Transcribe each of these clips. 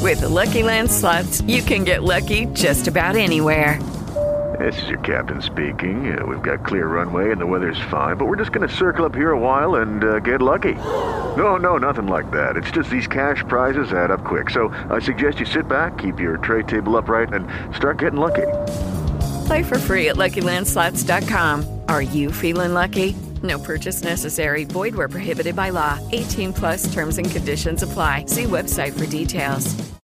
With the Lucky Land Slots, you can get lucky just about anywhere. This is your captain speaking. We've got clear runway and the weather's fine, but we're just going to circle up here a while and get lucky. No, nothing like that. It's just these cash prizes add up quick. So I suggest you sit back, keep your tray table upright, and start getting lucky. Play for free at LuckyLandSlots.com. Are you feeling lucky? No purchase necessary. Void where prohibited by law. 18 plus terms and conditions apply. See website for details.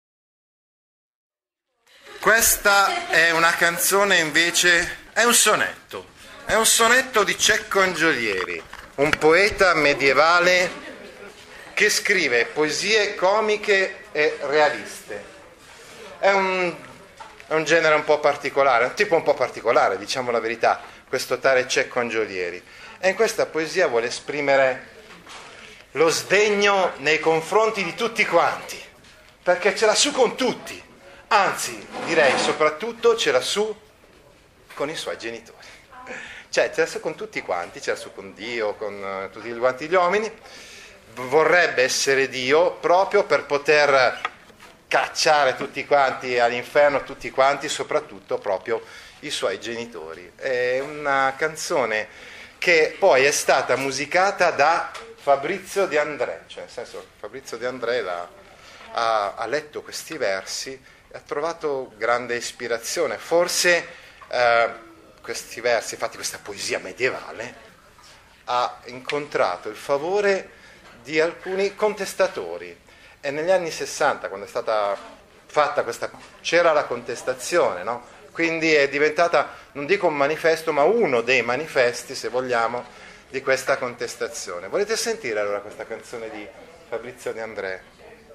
Questa è una canzone invece, è un sonetto. È un sonetto di Cecco Angiolieri, un poeta medievale che scrive poesie comiche e realiste. È un genere un po' particolare, un tipo un po' particolare, diciamo la verità, questo tale Cecco Angiolieri. E in questa poesia vuole esprimere lo sdegno nei confronti di tutti quanti, perché ce l'ha su con tutti, anzi direi soprattutto ce l'ha su con i suoi genitori. Cioè ce l'ha su con tutti quanti, ce l'ha su con Dio, con tutti quanti gli uomini. Vorrebbe essere Dio proprio per poter cacciare tutti quanti all'inferno, tutti quanti, soprattutto proprio i suoi genitori. È una canzone che poi è stata musicata da Fabrizio De André, cioè nel senso Fabrizio De André ha letto questi versi e ha trovato grande ispirazione. Forse questi versi, infatti questa poesia medievale, ha incontrato il favore di alcuni contestatori. E negli anni 60, quando è stata fatta c'era la contestazione, no? Quindi è diventata, non dico un manifesto, ma uno dei manifesti, se vogliamo, di questa contestazione. Volete sentire allora questa canzone di Fabrizio De André?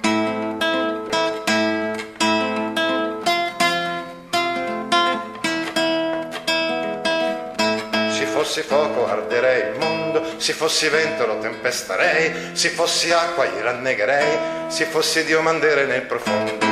Se fossi fuoco arderei il mondo, se fossi vento lo tempestarei, se fossi acqua gli rannegherei, se fossi Dio mandere nel profondo.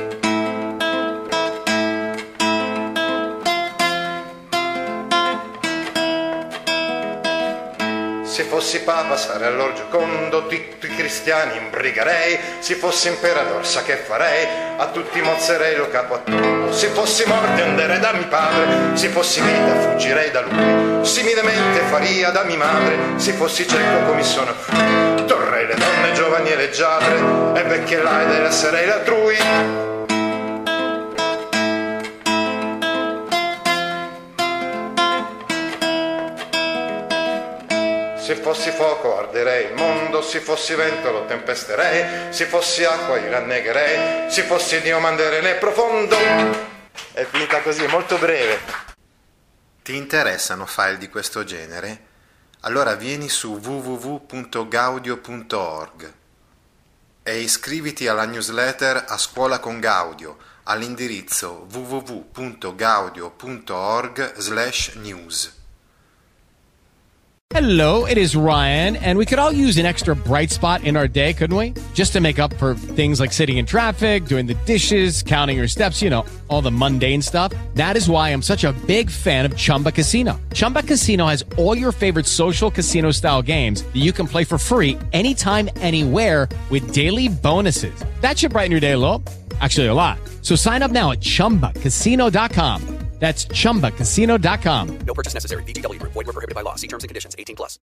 Se fossi papa sarei all'orgiocondo, tutti i cristiani imbrigherei, se fossi imperador sa che farei, a tutti mozzerei lo capo a tondo. Se fossi morte anderei da mio padre, se fossi vita fuggirei da lui, similmente faria da mia madre, se fossi cieco come sono qui, torrei le donne giovani e leggiadre, e vecchie laide lascerei l'altrui. Se fossi fuoco arderei il mondo, se fossi vento lo tempesterei, se fossi acqua gli rannegherei, se fossi Dio manderei nel profondo. È finita così, molto breve. Ti interessano file di questo genere? Allora vieni su www.gaudio.org e iscriviti alla newsletter A Scuola con Gaudio all'indirizzo www.gaudio.org/news. Hello, it is Ryan, and we could all use an extra bright spot in our day, couldn't we? Just to make up for things like sitting in traffic, doing the dishes, counting your steps, you know, all the mundane stuff. That is why I'm such a big fan of Chumba Casino. Chumba Casino has all your favorite social casino-style games that you can play for free anytime, anywhere with daily bonuses. That should brighten your day a little. Actually, a lot. So sign up now at ChumbaCasino.com. That's ChumbaCasino.com. No purchase necessary. VGW Group. Void where prohibited by law. See terms and conditions. 18+.